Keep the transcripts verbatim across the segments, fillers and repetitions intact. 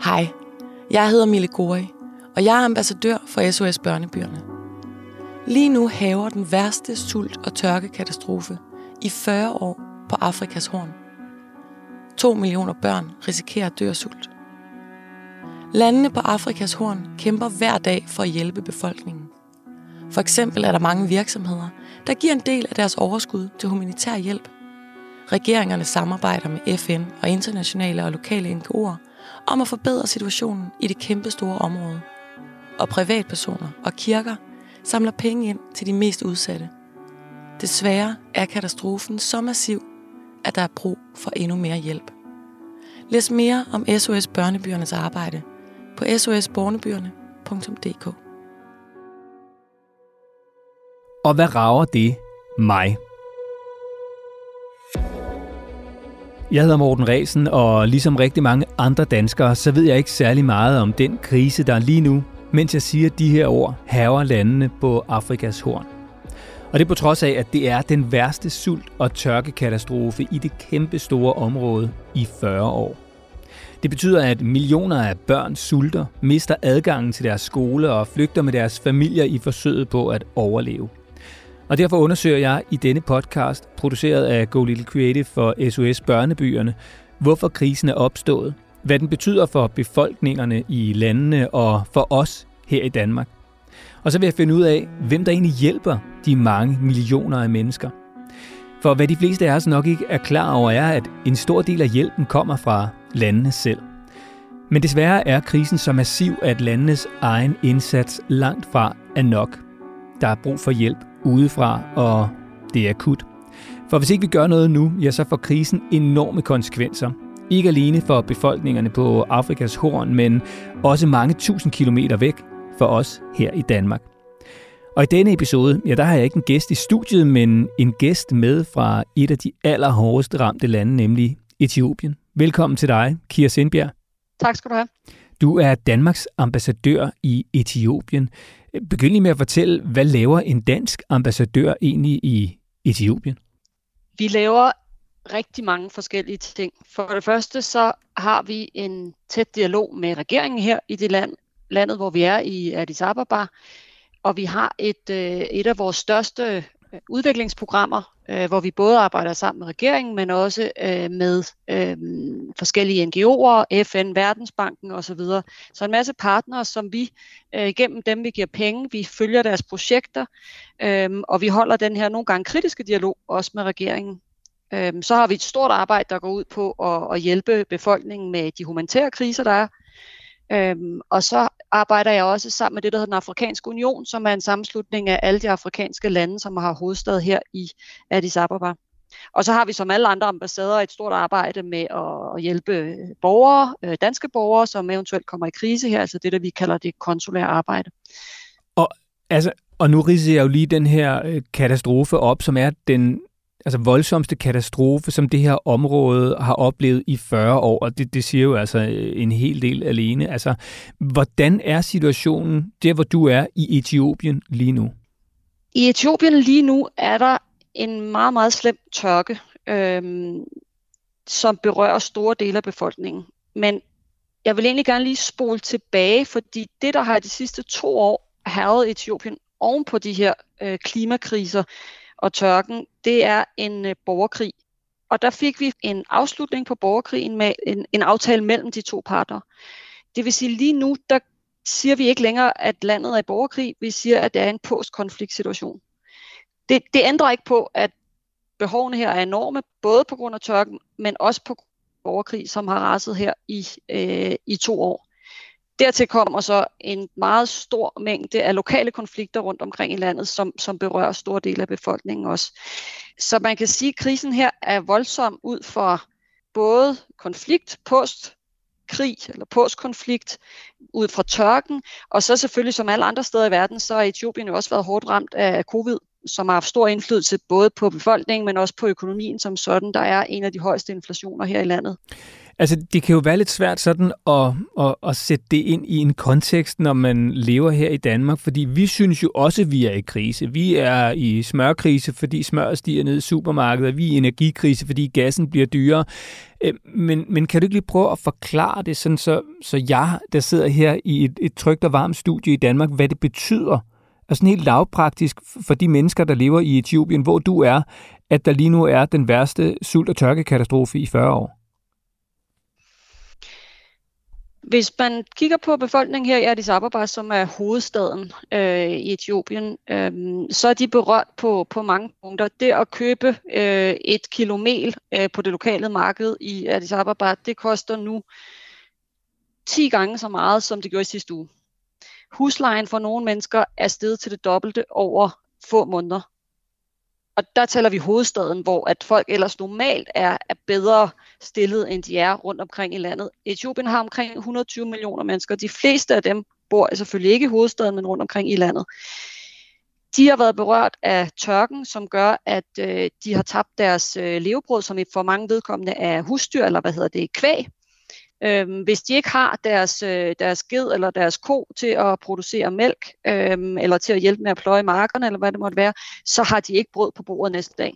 Hej, jeg hedder Mille Gori, og jeg er ambassadør for S O S Børnebyerne. Lige nu hærger den værste sult- og tørkekatastrofe i fyrre år på Afrikas Horn. To millioner børn risikerer at dø af sult. Landene på Afrikas Horn kæmper hver dag for at hjælpe befolkningen. For eksempel er der mange virksomheder, der giver en del af deres overskud til humanitær hjælp. Regeringerne samarbejder med F N og internationale og lokale N G O'er om at forbedre situationen i det kæmpestore område. Og privatpersoner og kirker samler penge ind til de mest udsatte. Desværre er katastrofen så massiv, at der er brug for endnu mere hjælp. Læs mere om S O S Børnebyernes arbejde på s o s børnebyerne punktum d k. Og hvad rager det mig? Jeg hedder Morten Ræsen, og ligesom rigtig mange andre danskere, så ved jeg ikke særlig meget om den krise, der lige nu, mens jeg siger de her ord, hærger landene på Afrikas Horn. Og det på trods af, at det er den værste sult- og tørkekatastrofe i det kæmpe store område i fyrre år. Det betyder, at millioner af børn sulter, mister adgangen til deres skole og flygter med deres familier i forsøget på at overleve. Og derfor undersøger jeg i denne podcast, produceret af Go Little Creative for S O S Børnebyerne, hvorfor krisen er opstået, hvad den betyder for befolkningerne i landene og for os her i Danmark. Og så vil jeg finde ud af, hvem der egentlig hjælper de mange millioner af mennesker. For hvad de fleste af os nok ikke er klar over, er, at en stor del af hjælpen kommer fra landene selv. Men desværre er krisen så massiv, at landenes egen indsats langt fra er nok. Der er brug for hjælp udefra, og det er akut. For hvis ikke vi gør noget nu, ja, så får krisen enorme konsekvenser. Ikke alene for befolkningerne på Afrikas Horn, men også mange tusind kilometer væk for os her i Danmark. Og i denne episode, ja, der har jeg ikke en gæst i studiet, men en gæst med fra et af de allerhårdest ramte lande, nemlig Etiopien. Velkommen til dig, Kira Sindbjerg. Tak skal du have. Du er Danmarks ambassadør i Etiopien. Begynd lige med at fortælle, hvad laver en dansk ambassadør egentlig i Etiopien? Vi laver rigtig mange forskellige ting. For det første så har vi en tæt dialog med regeringen her i det land, landet, hvor vi er i Addis Ababa. Og vi har et, et af vores største udviklingsprogrammer, hvor vi både arbejder sammen med regeringen, men også med øh, forskellige N G O'er, F N, Verdensbanken osv. Så en masse partnere, som vi øh, gennem dem, vi giver penge, vi følger deres projekter, øh, og vi holder den her nogle gange kritiske dialog også med regeringen. Øh, så har vi et stort arbejde, der går ud på at, at hjælpe befolkningen med de humanitære kriser, der er. Øhm, og så arbejder jeg også sammen med det, der hedder den Afrikanske Union, som er en sammenslutning af alle de afrikanske lande, som har hovedstad her i Addis Ababa. Og så har vi som alle andre ambassader et stort arbejde med at hjælpe borgere, danske borgere, som eventuelt kommer i krise her, altså det, der vi kalder det konsulære arbejde. Og, altså, og nu ridser jeg jo lige den her katastrofe op, som er den altså voldsomste katastrofe, som det her område har oplevet i fyrre år, og det, det siger jo altså en hel del alene. Altså, hvordan er situationen der, hvor du er i Etiopien lige nu? I Etiopien lige nu er der en meget, meget slem tørke, øhm, som berører store dele af befolkningen. Men jeg vil egentlig gerne lige spole tilbage, fordi det, der har de sidste to år hærget Etiopien oven på de her øh, klimakriser, og tørken, det er en øh, borgerkrig. Og der fik vi en afslutning på borgerkrigen med en, en aftale mellem de to parter. Det vil sige, lige nu, der siger vi ikke længere, at landet er i borgerkrig. Vi siger, at det er en postkonfliktsituation. Det, det ændrer ikke på, at behovene her er enorme, både på grund af tørken, men også på grund af borgerkrig, som har raset her i, øh, i to år. Dertil kommer så en meget stor mængde af lokale konflikter rundt omkring i landet, som, som berører store dele af befolkningen også. Så man kan sige, at krisen her er voldsom ud for både konflikt, postkrig eller postkonflikt, ud fra tørken, og så selvfølgelig som alle andre steder i verden, så har Etiopien jo også været hårdt ramt af covid, som har haft stor indflydelse både på befolkningen, men også på økonomien som sådan. Der er en af de højeste inflationer her i landet. Altså, det kan jo være lidt svært sådan at, at, at sætte det ind i en kontekst, når man lever her i Danmark, fordi vi synes jo også, at vi er i krise. Vi er i smørkrise, fordi smør stiger ned i supermarkedet, vi er i energikrise, fordi gassen bliver dyrere. Men, men kan du ikke lige prøve at forklare det, sådan så, så jeg, der sidder her i et, et trygt og varmt studie i Danmark, hvad det betyder, og sådan helt lavpraktisk for de mennesker, der lever i Etiopien, hvor du er, at der lige nu er den værste sult- og tørkekatastrofe i fyrre år? Hvis man kigger på befolkningen her i Addis Ababa, som er hovedstaden øh, i Etiopien, øh, så er de berørt på, på mange punkter. Det at købe øh, et kilo mel øh, på det lokale marked i Addis Ababa, det koster nu ti gange så meget, som det gjorde i sidste uge. Huslejen for nogle mennesker er steget til det dobbelte over få måneder. Og der taler vi hovedstaden, hvor at folk ellers normalt er, er bedre stillet, end de er rundt omkring i landet. Etiopien har omkring et hundrede og tyve millioner mennesker. De fleste af dem bor selvfølgelig ikke i hovedstaden, men rundt omkring i landet. De har været berørt af tørken, som gør, at øh, de har tabt deres øh, levebrød, som for mange vedkommende er husdyr, eller hvad hedder det, kvæg. Øhm, hvis de ikke har deres, øh, deres ged eller deres ko til at producere mælk, øhm, eller til at hjælpe med at pløje markerne, eller hvad det måtte være, så har de ikke brød på bordet næste dag.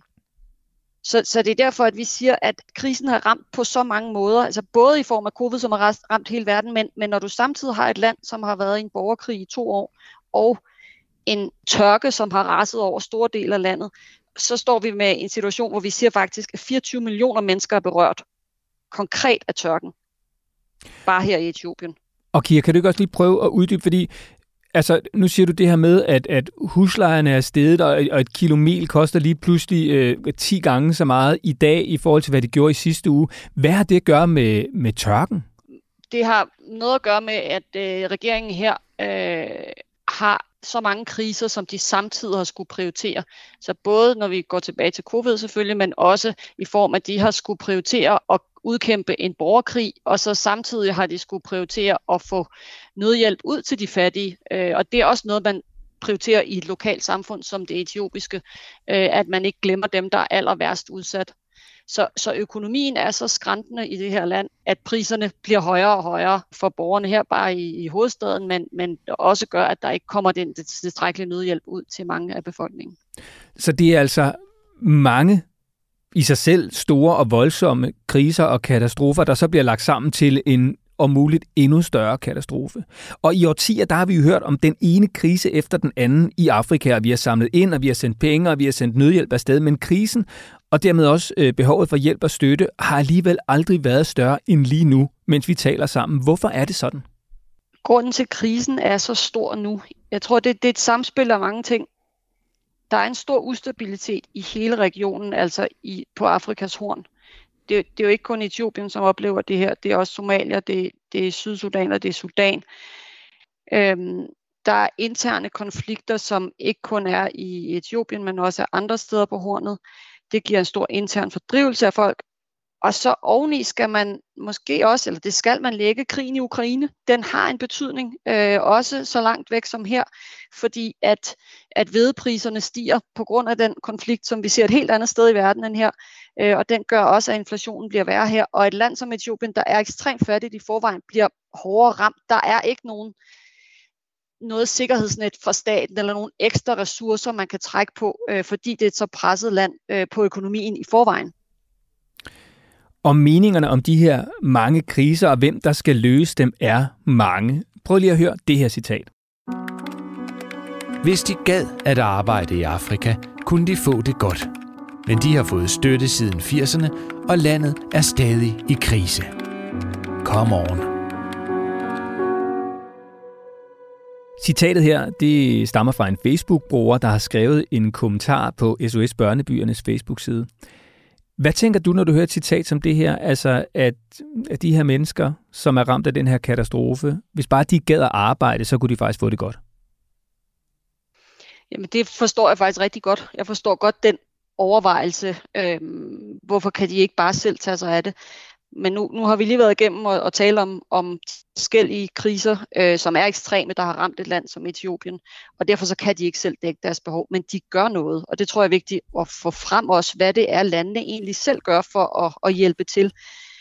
Så, så det er derfor, at vi siger, at krisen har ramt på så mange måder, altså både i form af covid, som har ramt hele verden, men, men når du samtidig har et land, som har været i en borgerkrig i to år, og en tørke, som har raset over store dele af landet, så står vi med en situation, hvor vi siger faktisk, at fireogtyve millioner mennesker er berørt konkret af tørken. Bare her i Etiopien. Og Kira, kan du ikke også lige prøve at uddybe, fordi altså, nu siger du det her med, at, at huslejerne er steget, og, og et kilo mel koster lige pludselig øh, ti gange så meget i dag, i forhold til, hvad det gjorde i sidste uge. Hvad har det at gøre med, med tørken? Det har noget at gøre med, at øh, regeringen her øh, har så mange kriser, som de samtidig har skulle prioritere. Så både når vi går tilbage til covid selvfølgelig, men også i form af, at de har skulle prioritere at udkæmpe en borgerkrig, og så samtidig har de skulle prioritere at få nødhjælp ud til de fattige. Og det er også noget, man prioriterer i et lokalt samfund som det etiopiske, at man ikke glemmer dem, der er aller værst udsat. Så, så økonomien er så skrantende i det her land, at priserne bliver højere og højere for borgerne her bare i, i hovedstaden, men, men også gør, at der ikke kommer den tilstrækkelige nødhjælp ud til mange af befolkningen. Så det er altså mange i sig selv store og voldsomme kriser og katastrofer, der så bliver lagt sammen til en om muligt endnu større katastrofe. Og i årtier, der har vi jo hørt om den ene krise efter den anden i Afrika, og vi har samlet ind, og vi har sendt penge, og vi har sendt nødhjælp afsted, men krisen, og dermed også øh, behovet for hjælp og støtte, har alligevel aldrig været større end lige nu, mens vi taler sammen. Hvorfor er det sådan? Grunden til krisen er så stor nu. Jeg tror, det, det er et samspil af mange ting. Der er en stor ustabilitet i hele regionen, altså i, på Afrikas Horn. Det, det er jo ikke kun Etiopien, som oplever det her. Det er også Somalia, det, det er Sydsudan og det er Sudan. Øhm, der er interne konflikter, som ikke kun er i Etiopien, men også er andre steder på hornet. Det giver en stor intern fordrivelse af folk. Og så oveni skal man måske også, eller det skal man lægge, krigen i Ukraine. Den har en betydning, øh, også så langt væk som her, fordi at, at hvedepriserne stiger på grund af den konflikt, som vi ser et helt andet sted i verden end her. Øh, og den gør også, at inflationen bliver værre her. Og et land som Etiopien, der er ekstremt fattigt i forvejen, bliver hårdere ramt. Der er ikke nogen noget sikkerhedsnet fra staten eller nogle ekstra ressourcer, man kan trække på, øh, fordi det er et så presset land øh, på økonomien i forvejen. Og meningerne om de her mange kriser og hvem der skal løse dem er mange. Prøv lige at høre det her citat. Hvis de gad at arbejde i Afrika, kunne de få det godt. Men de har fået støtte siden firserne, og landet er stadig i krise. Come on. Citatet her, det stammer fra en Facebook-bruger, der har skrevet en kommentar på S O S Børnebyernes Facebook-side. Hvad tænker du, når du hører et citat som det her, altså at, at de her mennesker, som er ramt af den her katastrofe, hvis bare de gad at arbejde, så kunne de faktisk få det godt? Jamen det forstår jeg faktisk rigtig godt. Jeg forstår godt den overvejelse. Øhm, hvorfor kan de ikke bare selv tage sig af det? Men nu, nu har vi lige været igennem og, og tale om, om forskellige kriser, øh, som er ekstreme, der har ramt et land som Etiopien. Og derfor så kan de ikke selv dække deres behov, men de gør noget. Og det tror jeg er vigtigt at få frem også, hvad det er, landene egentlig selv gør for at, at hjælpe til.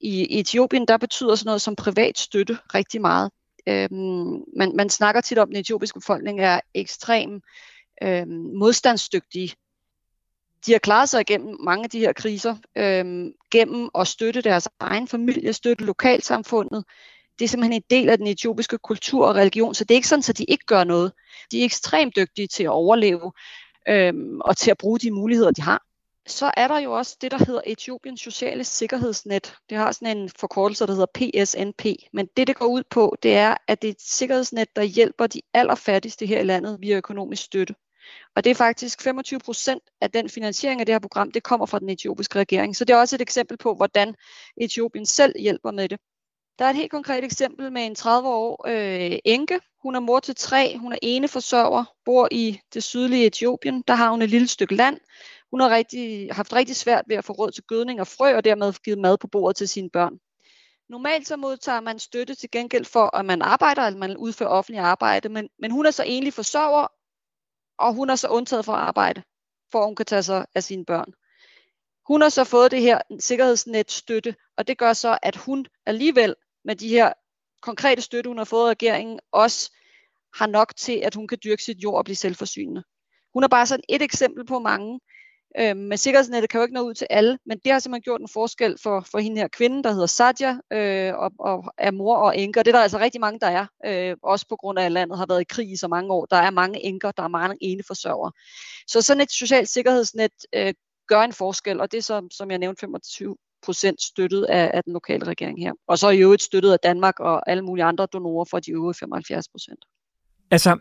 i Etiopien, der betyder sådan noget som privat støtte rigtig meget. Øhm, man, man snakker tit om, at den etiopiske befolkning er ekstremt øhm, modstandsdygtige. De har klaret sig igennem mange af de her kriser, øhm, gennem at støtte deres egen familie, støtte lokalsamfundet. Det er simpelthen en del af den etiopiske kultur og religion, så det er ikke sådan, at de ikke gør noget. De er ekstremt dygtige til at overleve øhm, og til at bruge de muligheder, de har. Så er der jo også det, der hedder Etiopiens sociale sikkerhedsnet. Det har sådan en forkortelse, der hedder P S N P. Men det, det går ud på, det er, at det er et sikkerhedsnet, der hjælper de allerfattigste her i landet via økonomisk støtte. Og det er faktisk femogtyve procent af den finansiering af det her program, det kommer fra den etiopiske regering. Så det er også et eksempel på, hvordan Etiopien selv hjælper med det. Der er et helt konkret eksempel med en tredive år øh, enke. Hun er mor til tre, hun er eneforsørger, bor i det sydlige Etiopien. Der har hun et lille stykke land. Hun har rigtig, haft rigtig svært ved at få råd til gødning og frø, og dermed givet mad på bordet til sine børn. Normalt så modtager man støtte til gengæld for, at man arbejder, eller man udfører offentlig arbejde, men, men hun er så enlig forsørger, og hun er så undtaget fra arbejde, for at hun kan tage sig af sine børn. Hun har så fået det her sikkerhedsnet støtte, og det gør så, at hun alligevel med de her konkrete støtte, hun har fået af regeringen, også har nok til, at hun kan dyrke sit jord og blive selvforsynende. Hun er bare sådan et eksempel på mange. Øh, men sikkerhedsnettet kan jo ikke nå ud til alle, men det har simpelthen gjort en forskel for, for hende her kvinde, der hedder Sadia, øh, og, og er mor og enker. Det er der altså rigtig mange, der er, øh, også på grund af, at landet har været i krig i så mange år. Der er mange enker, der er mange eneforsørgere. Så sådan et socialt sikkerhedsnet øh, gør en forskel, og det er så, som jeg nævnte, femogtyve procent støttet af, af den lokale regering her. Og så i øvrigt støttet af Danmark og alle mulige andre donorer for de øvrige femoghalvfjerds procent. Altså,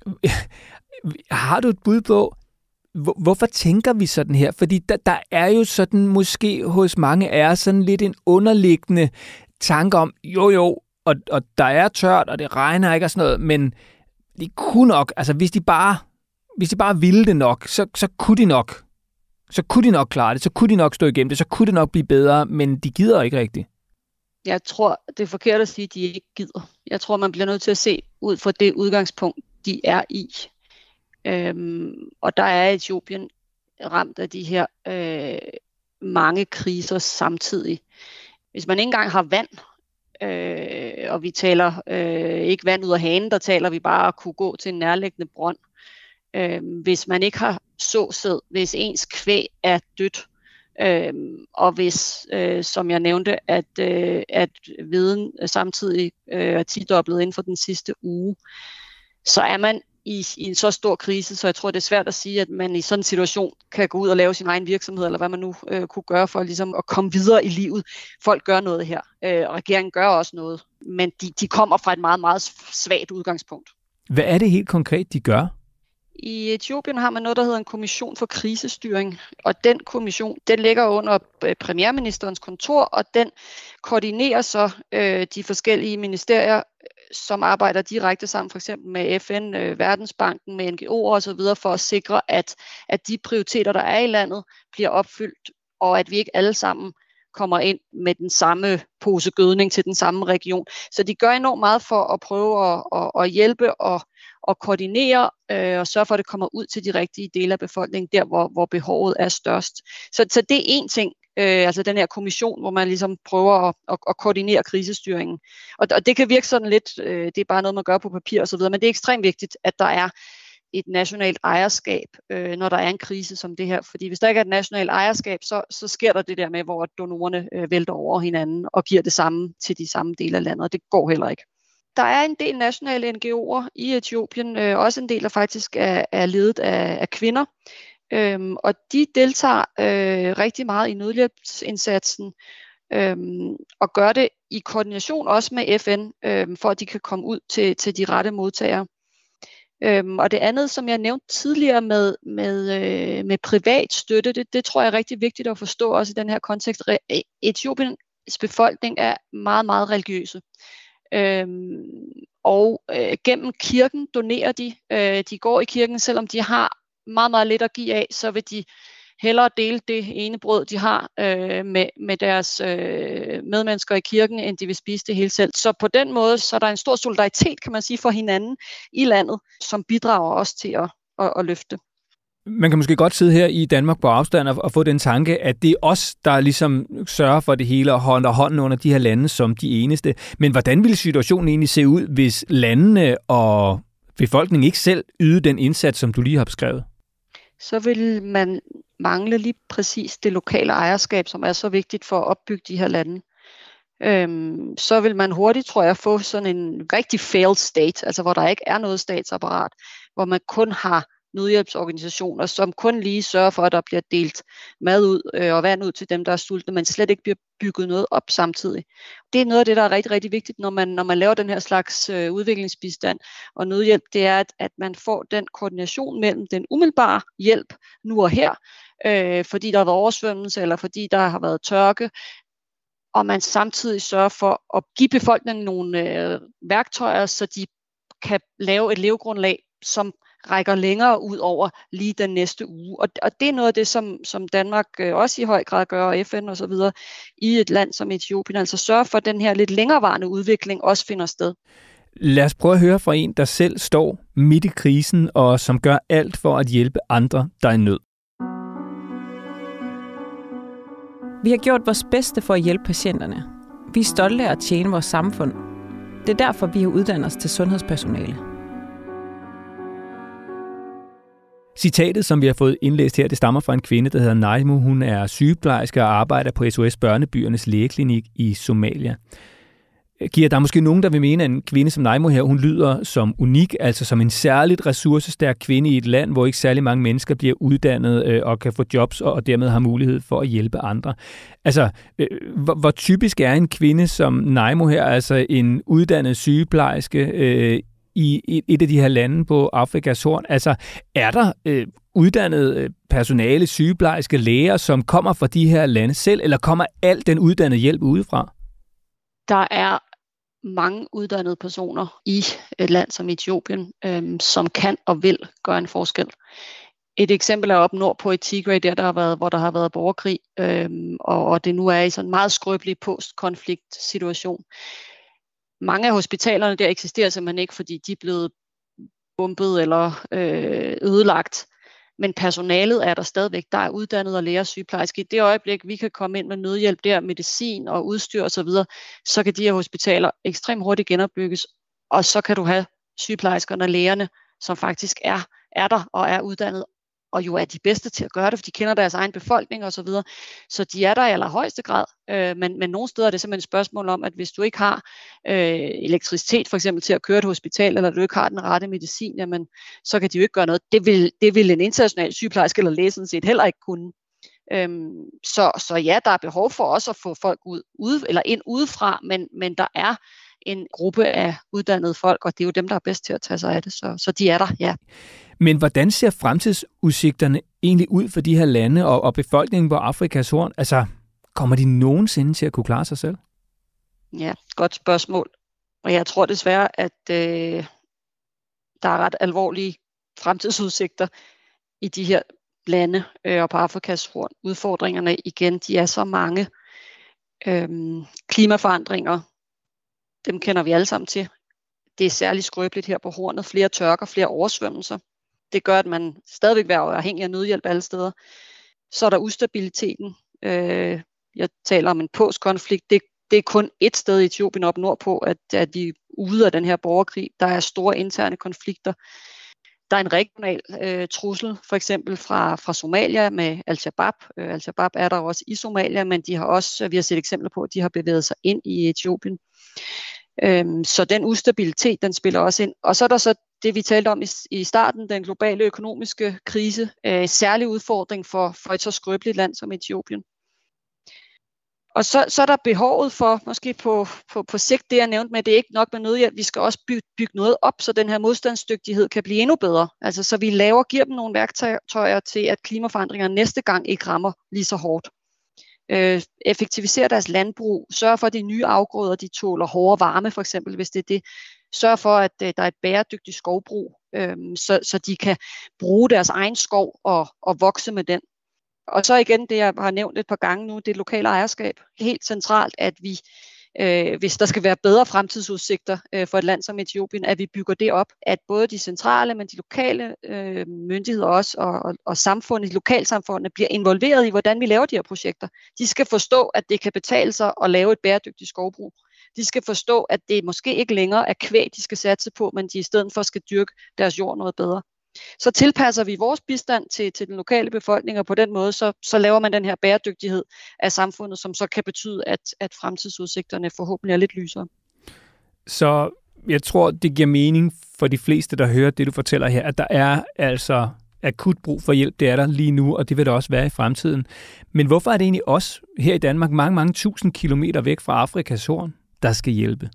har du et bud på, hvorfor tænker vi sådan her? Fordi der, der er jo sådan måske hos mange af os sådan lidt en underliggende tanke om, jo jo, og, og der er tørt, og det regner ikke og sådan noget, men de kunne nok, altså hvis de bare, hvis de bare ville det nok, så, så kunne de nok, så kunne de nok klare det, så kunne de nok stå igennem det, så kunne det nok blive bedre, men de gider ikke rigtigt. Jeg tror, det er forkert at sige, at de ikke gider. Jeg tror, man bliver nødt til at se ud fra det udgangspunkt, de er i. Øhm, og der er Etiopien ramt af de her øh, mange kriser samtidig. Hvis man ikke engang har vand, øh, og vi taler øh, ikke vand ud af hanen, der taler vi bare at kunne gå til en nærliggende brønd. Øh, hvis man ikke har såsæd, hvis ens kvæg er dødt, øh, og hvis, øh, som jeg nævnte, at, øh, at viden samtidig øh, er tidoblet inden for den sidste uge, så er man I, i en så stor krise, så jeg tror, det er svært at sige, at man i sådan en situation kan gå ud og lave sin egen virksomhed, eller hvad man nu øh, kunne gøre for ligesom at komme videre i livet. Folk gør noget her, øh, og regeringen gør også noget, men de, de kommer fra et meget, meget svagt udgangspunkt. Hvad er det helt konkret, de gør? I Etiopien har man noget, der hedder en kommission for krisestyring, og den kommission, den ligger under premierministerens kontor, og den koordinerer så øh, de forskellige ministerier, som arbejder direkte sammen, for eksempel med F N, øh, Verdensbanken, med N G O'er og så videre, for at sikre, at, at de prioriteter, der er i landet, bliver opfyldt, og at vi ikke alle sammen kommer ind med den samme pose gødning til den samme region. Så de gør enormt meget for at prøve at, at, at hjælpe og, og koordinere øh, og sørge for, at det kommer ud til de rigtige dele af befolkningen, der hvor, hvor behovet er størst. Så, så det er én ting, øh, altså den her kommission, hvor man ligesom prøver at, at, at koordinere krisestyringen. Og, og det kan virke sådan lidt, øh, det er bare noget, man gør på papir og så videre, men det er ekstremt vigtigt, at der er et nationalt ejerskab, øh, når der er en krise som det her. Fordi hvis der ikke er et nationalt ejerskab, så, så sker der det der med, hvor donorerne øh, vælter over hinanden og giver det samme til de samme dele af landet, og det går heller ikke. Der er en del nationale N G O'er i Etiopien, øh, også en del, der faktisk er, er ledet af, af kvinder, øhm, og de deltager øh, rigtig meget i nødhjælpsindsatsen, øhm, og gør det i koordination også med F N, øh, for at de kan komme ud til, til de rette modtagere. Øhm, og det andet, som jeg nævnte tidligere med, med, øh, med privat støtte, det, det tror jeg er rigtig vigtigt at forstå også i den her kontekst. Re- Etiopiens befolkning er meget, meget religiøse. Øhm, og øh, gennem kirken donerer de. Øh, de går i kirken, selvom de har meget, meget lidt at give af, så vil de hellere dele det ene brød, de har øh, med, med deres øh, medmennesker i kirken, end de vil spise det hele selv. Så på den måde, så er der en stor solidaritet, kan man sige, for hinanden i landet, som bidrager også til at, at, at løfte. Man kan måske godt sidde her i Danmark på afstand og, og få den tanke, at det er os, der ligesom sørger for det hele og holder hånden under de her lande som de eneste. Men hvordan ville situationen egentlig se ud, hvis landene og befolkningen ikke selv yde den indsats, som du lige har beskrevet? Så vil man mangle lige præcis det lokale ejerskab, som er så vigtigt for at opbygge de her lande. Øhm, så vil man hurtigt, tror jeg, få sådan en rigtig failed state, altså hvor der ikke er noget statsapparat, hvor man kun har nødhjælpsorganisationer, som kun lige sørger for, at der bliver delt mad ud øh, og vand ud til dem, der er sultne, men slet ikke bliver bygget noget op samtidig. Det er noget af det, der er rigtig, rigtig vigtigt, når man, når man laver den her slags øh, udviklingsbistand og nødhjælp, det er, at, at man får den koordination mellem den umiddelbare hjælp nu og her, øh, fordi der har været oversvømmelse, eller fordi der har været tørke, og man samtidig sørger for at give befolkningen nogle øh, værktøjer, så de kan lave et levegrundlag, som rækker længere ud over lige den næste uge. Og, og det er noget af det, som, som Danmark øh, også i høj grad gør, og F N og så videre, i et land som Etiopien. Altså sørge for, at den her lidt længerevarende udvikling også finder sted. Lad os prøve at høre fra en, der selv står midt i krisen, og som gør alt for at hjælpe andre, der er i nød. Vi har gjort vores bedste for at hjælpe patienterne. Vi er stolte af at tjene vores samfund. Det er derfor, vi har uddannet os til sundhedspersonale. Citatet, som vi har fået indlæst her, det stammer fra en kvinde, der hedder Naimo. Hun er sygeplejerske og arbejder på S O S Børnebyernes lægeklinik i Somalia. Giver der måske nogen, der vil mene, at en kvinde som Naimo her, hun lyder som unik, altså som en særligt ressourcestærk kvinde i et land, hvor ikke særlig mange mennesker bliver uddannet og kan få jobs og dermed har mulighed for at hjælpe andre. Altså, hvor, hvor typisk er en kvinde som Naimo her, altså en uddannet sygeplejerske øh, i et af de her lande på Afrikas Horn? Altså, er der øh, uddannet personale, sygeplejerske, læger, som kommer fra de her lande selv, eller kommer al den uddannede hjælp udefra? Der er mange uddannede personer i et land som Etiopien, øhm, som kan og vil gøre en forskel. Et eksempel er op nordpå i Tigray, der, der har været, hvor der har været borgerkrig, øhm, og, og det nu er i sådan en meget skrøbelig post-konflikt-situation. Mange af hospitalerne der eksisterer simpelthen ikke, fordi de er blevet bombet eller øh, ødelagt. Men personalet er der stadigvæk. Der er uddannet og læger og sygeplejerske. I det øjeblik, vi kan komme ind med nødhjælp der, medicin og udstyr osv., så, videre, så kan de her hospitaler ekstremt hurtigt genopbygges. Og så kan du have sygeplejerskerne og lægerne, som faktisk er, er der og er uddannet, og jo er de bedste til at gøre det, for de kender deres egen befolkning osv. Så, videre. Så de er der i allerhøjeste grad. Øh, men, men nogle steder er det simpelthen et spørgsmål om, at hvis du ikke har øh, elektricitet for eksempel til at køre et hospital, eller du ikke har den rette medicin, jamen, så kan de jo ikke gøre noget. Det vil, det vil en international sygeplejerske eller læge sådan set heller ikke kunne. Øhm, så, så ja, der er behov for også at få folk ud, ude, eller ind udefra, men, men der er en gruppe af uddannede folk, og det er jo dem, der er bedst til at tage sig af det. Så, så de er der, ja. Men hvordan ser fremtidsudsigterne egentlig ud for de her lande og, og befolkningen på Afrikas Horn? Altså, kommer de nogensinde til at kunne klare sig selv? Ja, godt spørgsmål. Og jeg tror desværre, at øh, der er ret alvorlige fremtidsudsigter i de her lande øh, og på Afrikas Horn. Udfordringerne igen, de er så mange. Øhm, klimaforandringer, dem kender vi alle sammen til. Det er særligt skrøbeligt her på Hornet. Flere tørker, flere oversvømmelser. Det gør, at man stadigvæk er afhængig af nødhjælp alle steder. Så er der ustabiliteten. Øh, jeg taler om en postkonflikt. Det, det er kun ét sted i Etiopien op nordpå, at, at de er ude af den her borgerkrig. Der er store interne konflikter. Der er en regional øh, trussel, for eksempel fra, fra Somalia med Al-Shabaab. Øh, Al-Shabaab er der også i Somalia, men de har også, vi har set eksempler på, at de har bevæget sig ind i Etiopien. Øhm, så den ustabilitet, den spiller også ind. Og så er der så det, vi talte om i, i starten, den globale økonomiske krise, øh, særlig udfordring for, for et så skrøbeligt land som Etiopien. Og så, så er der behovet for, måske på, på, på sigt, det jeg nævnte med, det er ikke nok med nødhjælp, vi skal også bygge, bygge noget op, så den her modstandsdygtighed kan blive endnu bedre. Altså så vi laver, giver dem nogle værktøjer til, at klimaforandringer næste gang ikke rammer lige så hårdt. Øh, effektivisere deres landbrug, sørge for, at de nye afgrøder, de tåler hårdere varme for eksempel, hvis det er det. Sørge for, at øh, der er et bæredygtigt skovbrug, øh, så, så de kan bruge deres egen skov og, og vokse med den. Og så igen det, jeg har nævnt et par gange nu, det lokale ejerskab. Helt centralt, at vi øh, hvis der skal være bedre fremtidsudsigter øh, for et land som Etiopien, at vi bygger det op, at både de centrale, men de lokale øh, myndigheder også, og, og, og samfundet, lokalsamfundene bliver involveret i, hvordan vi laver de her projekter. De skal forstå, at det kan betale sig at lave et bæredygtigt skovbrug. De skal forstå, at det måske ikke længere er kvæg, de skal satse på, men de i stedet for skal dyrke deres jord noget bedre. Så tilpasser vi vores bistand til, til den lokale befolkning, og på den måde, så, så laver man den her bæredygtighed af samfundet, som så kan betyde, at, at fremtidsudsigterne forhåbentlig er lidt lysere. Så jeg tror, det giver mening for de fleste, der hører det, du fortæller her, at der er altså akut brug for hjælp. Det er der lige nu, og det vil der også være i fremtiden. Men hvorfor er det egentlig os her i Danmark, mange, mange tusind kilometer væk fra Afrikas Horn, der skal hjælpe?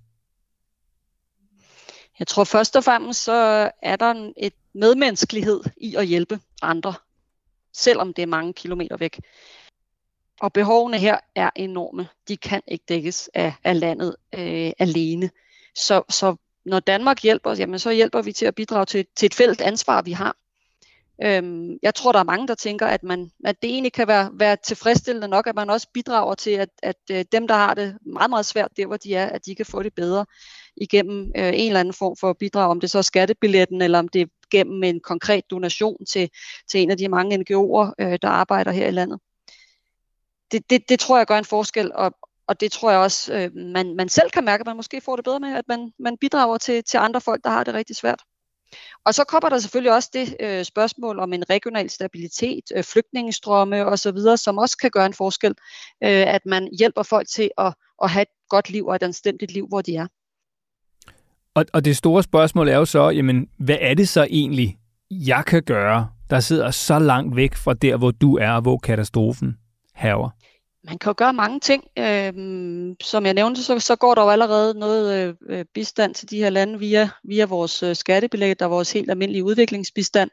Jeg tror først og fremmest, så er der et medmenneskelighed i at hjælpe andre, selvom det er mange kilometer væk. Og behovene her er enorme. De kan ikke dækkes af, af landet øh, alene. Så, så når Danmark hjælper, jamen, så hjælper vi til at bidrage til, til et fælles ansvar, vi har. Øhm, jeg tror, der er mange, der tænker, at, man, at det egentlig kan være, være tilfredsstillende nok, at man også bidrager til, at, at øh, dem, der har det meget, meget svært der, hvor de er, at de kan få det bedre igennem øh, en eller anden form for bidrag, om det så er skattebilletten, eller om det er gennem en konkret donation til, til en af de mange N G O'er, øh, der arbejder her i landet. Det, det, det tror jeg gør en forskel, og, og det tror jeg også, øh, man, man selv kan mærke, at man måske får det bedre med, at man, man bidrager til, til andre folk, der har det rigtig svært. Og så kommer der selvfølgelig også det øh, spørgsmål om en regional stabilitet, øh, flygtningestrømme osv., som også kan gøre en forskel, øh, at man hjælper folk til at, at have et godt liv og et anstændigt liv, hvor de er. Og, og det store spørgsmål er jo så, jamen, hvad er det så egentlig, jeg kan gøre, der sidder så langt væk fra der, hvor du er, og hvor katastrofen hærger? Man kan jo gøre mange ting. Øhm, som jeg nævnte, så, så går der jo allerede noget øh, bistand til de her lande via, via vores øh, skattebillet og vores helt almindelige udviklingsbistand.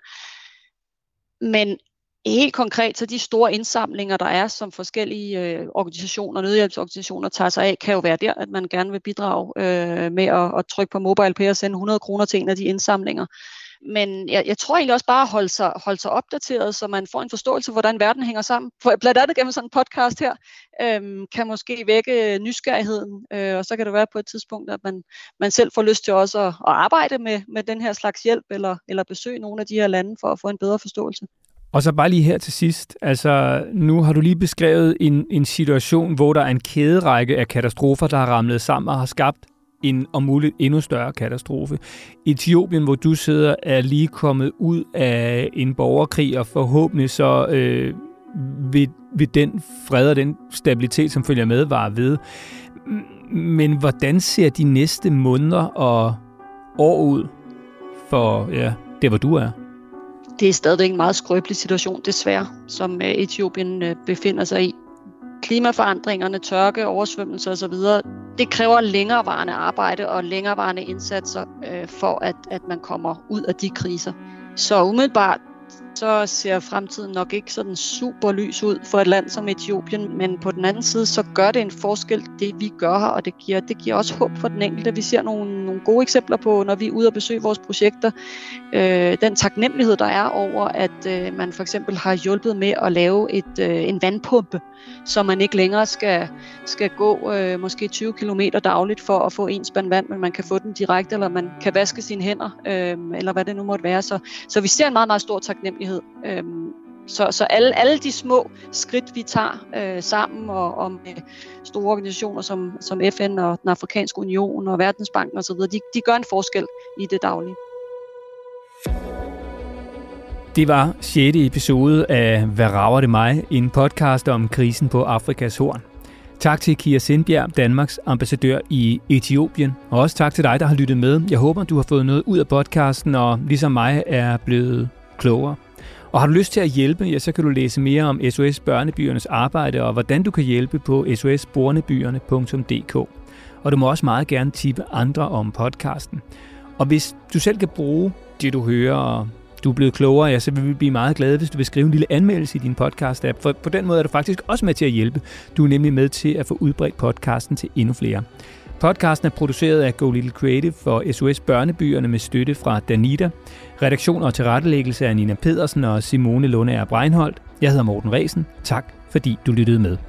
Men helt konkret, så de store indsamlinger, der er, som forskellige øh, organisationer, nødhjælpsorganisationer tager sig af, kan jo være der, at man gerne vil bidrage øh, med at, at trykke på MobilePay og sende hundrede kroner til en af de indsamlinger. Men jeg, jeg tror egentlig også bare at holde sig, holde sig opdateret, så man får en forståelse, hvordan verden hænger sammen. For blandt andet gennem sådan en podcast her, øhm, kan måske vække nysgerrigheden, øh, og så kan det være på et tidspunkt, at man, man selv får lyst til også at, at arbejde med, med den her slags hjælp, eller, eller besøge nogle af de her lande for at få en bedre forståelse. Og så bare lige her til sidst, altså nu har du lige beskrevet en, en situation, hvor der er en kæderække af katastrofer, der har ramlet sammen og har skabt en om muligt endnu større katastrofe. Etiopien, hvor du sidder, er lige kommet ud af en borgerkrig, og forhåbentlig så øh, vil, vil den fred og den stabilitet, som følger med, vare ved. Men hvordan ser de næste måneder og år ud for ja, det, hvor du er? Det er stadigvæk en meget skrøbelig situation, desværre, som Etiopien befinder sig i. Klimaforandringerne, tørke, oversvømmelser osv., det kræver længerevarende arbejde og længerevarende indsatser øh, for, at, at man kommer ud af de kriser. Så umiddelbart så ser fremtiden nok ikke sådan super lys ud for et land som Etiopien, men på den anden side, så gør det en forskel, det vi gør her, og det giver, det giver også håb for den enkelte. Vi ser nogle, nogle gode eksempler på, når vi er ude og besøge vores projekter, øh, den taknemmelighed, der er over, at øh, man for eksempel har hjulpet med at lave et, øh, en vandpumpe, så man ikke længere skal, skal gå øh, måske tyve kilometer dagligt for at få en spand vand, men man kan få den direkte, eller man kan vaske sine hænder, øh, eller hvad det nu måtte være. Så, så vi ser en meget, meget stor taknemmelighed. Øhm, så så alle, alle de små skridt, vi tager øh, sammen, og, og med store organisationer som, som F N og den Afrikanske Union og Verdensbanken osv., de, de gør en forskel i det daglige. Det var sjette episode af Hvad rager det mig? En podcast om krisen på Afrikas Horn. Tak til Kia Sindbjerg, Danmarks ambassadør i Etiopien, og også tak til dig, der har lyttet med. Jeg håber, du har fået noget ud af podcasten, og ligesom mig er blevet klogere. Og har du lyst til at hjælpe, ja, så kan du læse mere om S O S Børnebyernes arbejde og hvordan du kan hjælpe på s o s bornebyerne punktum d k. Og du må også meget gerne tippe andre om podcasten. Og hvis du selv kan bruge det, du hører, og du er blevet klogere, ja, så vil vi blive meget glade, hvis du vil skrive en lille anmeldelse i din podcast-app. For på den måde er du faktisk også med til at hjælpe. Du er nemlig med til at få udbredt podcasten til endnu flere. Podcasten er produceret af Go Little Creative for S O S Børnebyerne med støtte fra Danita. Redaktion og tilrettelæggelse af Nina Pedersen og Simone Lundager Breinholt. Jeg hedder Morten Ræsen. Tak fordi du lyttede med.